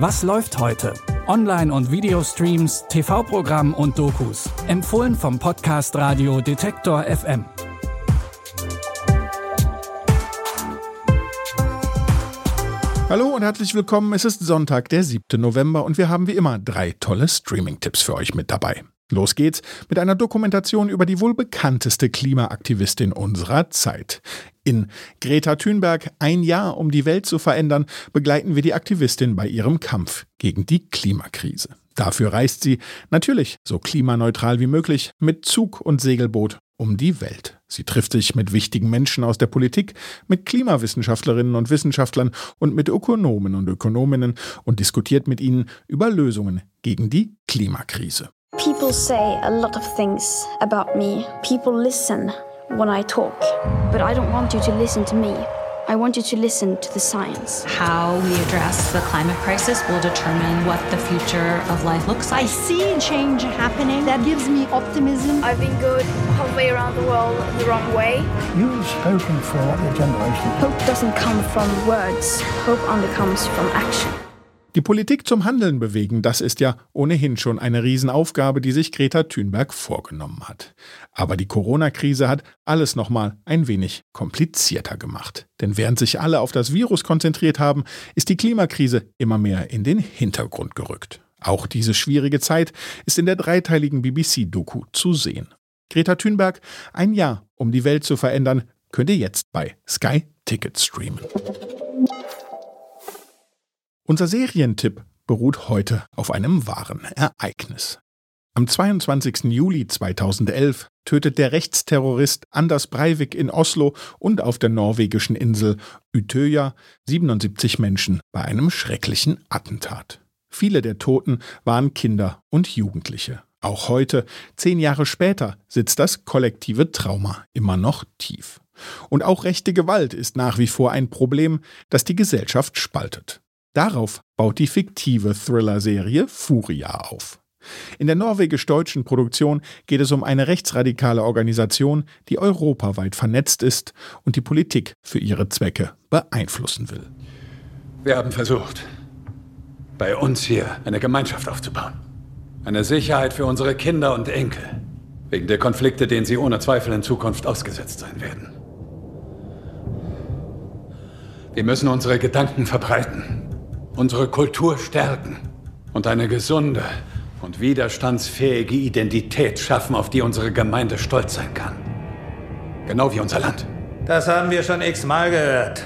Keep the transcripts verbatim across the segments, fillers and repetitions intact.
Was läuft heute? Online- und Videostreams, T V-Programm und Dokus. Empfohlen vom Podcast Radio Detektor F M. Hallo und herzlich willkommen. Es ist Sonntag, der siebte November und wir haben wie immer drei tolle Streaming-Tipps für euch mit dabei. Los geht's mit einer Dokumentation über die wohl bekannteste Klimaaktivistin unserer Zeit. In Greta Thunberg, ein Jahr, um die Welt zu verändern, begleiten wir die Aktivistin bei ihrem Kampf gegen die Klimakrise. Dafür reist sie, natürlich so klimaneutral wie möglich, mit Zug und Segelboot um die Welt. Sie trifft sich mit wichtigen Menschen aus der Politik, mit Klimawissenschaftlerinnen und Wissenschaftlern und mit Ökonomen und Ökonominnen und diskutiert mit ihnen über Lösungen gegen die Klimakrise. People say a lot of things about me. People listen when I talk. But I don't want you to listen to me. I want you to listen to the science. How we address the climate crisis will determine what the future of life looks like. I see change happening. That gives me optimism. I've been going halfway around the world the wrong way. You've spoken for your generation. Hope doesn't come from words. Hope only comes from action. Die Politik zum Handeln bewegen, das ist ja ohnehin schon eine Riesenaufgabe, die sich Greta Thunberg vorgenommen hat. Aber die Corona-Krise hat alles nochmal ein wenig komplizierter gemacht. Denn während sich alle auf das Virus konzentriert haben, ist die Klimakrise immer mehr in den Hintergrund gerückt. Auch diese schwierige Zeit ist in der dreiteiligen B B C-Doku zu sehen. Greta Thunberg, ein Jahr, um die Welt zu verändern, könnt ihr jetzt bei Sky Ticket streamen. Unser Serientipp beruht heute auf einem wahren Ereignis. Am zweiundzwanzigsten Juli zweitausendelf tötet der Rechtsterrorist Anders Breivik in Oslo und auf der norwegischen Insel Utøya siebenundsiebzig Menschen bei einem schrecklichen Attentat. Viele der Toten waren Kinder und Jugendliche. Auch heute, zehn Jahre später, sitzt das kollektive Trauma immer noch tief. Und auch rechte Gewalt ist nach wie vor ein Problem, das die Gesellschaft spaltet. Darauf baut die fiktive Thriller-Serie Furia auf. In der norwegisch-deutschen Produktion geht es um eine rechtsradikale Organisation, die europaweit vernetzt ist und die Politik für ihre Zwecke beeinflussen will. Wir haben versucht, bei uns hier eine Gemeinschaft aufzubauen. Eine Sicherheit für unsere Kinder und Enkel. Wegen der Konflikte, denen sie ohne Zweifel in Zukunft ausgesetzt sein werden. Wir müssen unsere Gedanken verbreiten. Unsere Kultur stärken und eine gesunde und widerstandsfähige Identität schaffen, auf die unsere Gemeinde stolz sein kann. Genau wie unser Land. Das haben wir schon x-mal gehört.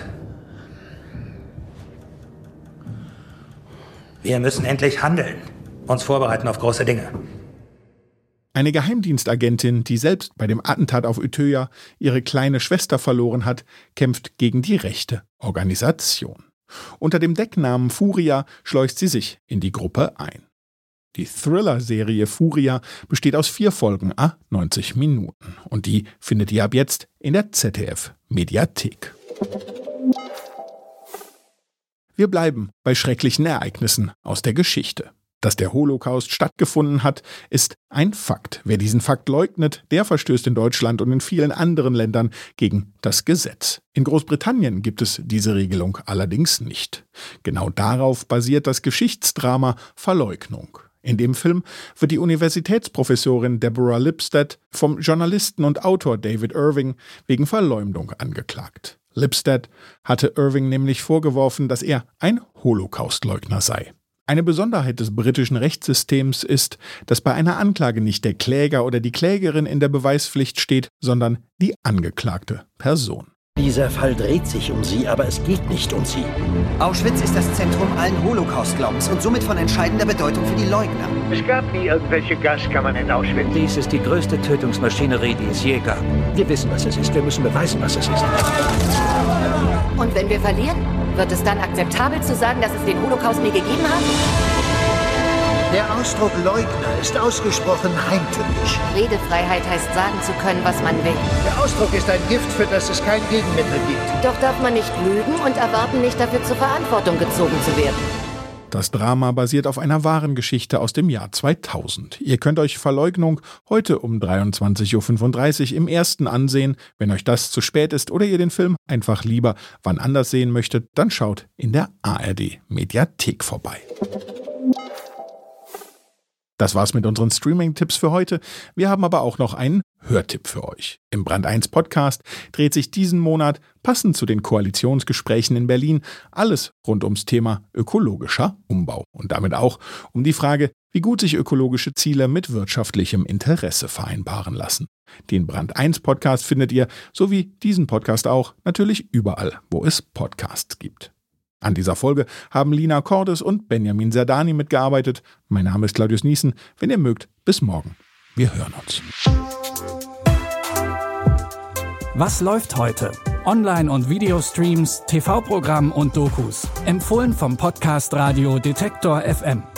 Wir müssen endlich handeln, uns vorbereiten auf große Dinge. Eine Geheimdienstagentin, die selbst bei dem Attentat auf Utøya ihre kleine Schwester verloren hat, kämpft gegen die rechte Organisation. Unter dem Decknamen Furia schleust sie sich in die Gruppe ein. Die Thriller-Serie Furia besteht aus vier Folgen à neunzig Minuten und die findet ihr ab jetzt in der Z D F-Mediathek. Wir bleiben bei schrecklichen Ereignissen aus der Geschichte. Dass der Holocaust stattgefunden hat, ist ein Fakt. Wer diesen Fakt leugnet, der verstößt in Deutschland und in vielen anderen Ländern gegen das Gesetz. In Großbritannien gibt es diese Regelung allerdings nicht. Genau darauf basiert das Geschichtsdrama Verleugnung. In dem Film wird die Universitätsprofessorin Deborah Lipstadt vom Journalisten und Autor David Irving wegen Verleumdung angeklagt. Lipstadt hatte Irving nämlich vorgeworfen, dass er ein Holocaustleugner sei. Eine Besonderheit des britischen Rechtssystems ist, dass bei einer Anklage nicht der Kläger oder die Klägerin in der Beweispflicht steht, sondern die angeklagte Person. Dieser Fall dreht sich um Sie, aber es geht nicht um Sie. Auschwitz ist das Zentrum allen Holocaust-Glaubens und somit von entscheidender Bedeutung für die Leugner. Es gab nie irgendwelche Gaskammern in Auschwitz. Dies ist die größte Tötungsmaschinerie, die es je gab. Wir wissen, was es ist. Wir müssen beweisen, was es ist. Und wenn wir verlieren, wird es dann akzeptabel zu sagen, dass es den Holocaust nie gegeben hat? Der Ausdruck Leugner ist ausgesprochen heimtückisch. Redefreiheit heißt sagen zu können, was man will. Der Ausdruck ist ein Gift, für das es kein Gegenmittel gibt. Doch darf man nicht lügen und erwarten, nicht dafür zur Verantwortung gezogen zu werden. Das Drama basiert auf einer wahren Geschichte aus dem Jahr zweitausend. Ihr könnt euch Verleugnung heute um dreiundzwanzig Uhr fünfunddreißig im ersten ansehen. Wenn euch das zu spät ist oder ihr den Film einfach lieber wann anders sehen möchtet, dann schaut in der A R D Mediathek vorbei. Das war's mit unseren Streaming-Tipps für heute. Wir haben aber auch noch einen Hörtipp für euch. Im Brand eins Podcast dreht sich diesen Monat, passend zu den Koalitionsgesprächen in Berlin, alles rund ums Thema ökologischer Umbau und damit auch um die Frage, wie gut sich ökologische Ziele mit wirtschaftlichem Interesse vereinbaren lassen. Den Brand eins Podcast findet ihr, so wie diesen Podcast auch, natürlich überall, wo es Podcasts gibt. An dieser Folge haben Lina Cordes und Benjamin Serdani mitgearbeitet. Mein Name ist Claudius Niesen. Wenn ihr mögt, bis morgen. Wir hören uns. Was läuft heute? Online- und Videostreams, T V-Programm und Dokus. Empfohlen vom Podcast Radio Detektor F M.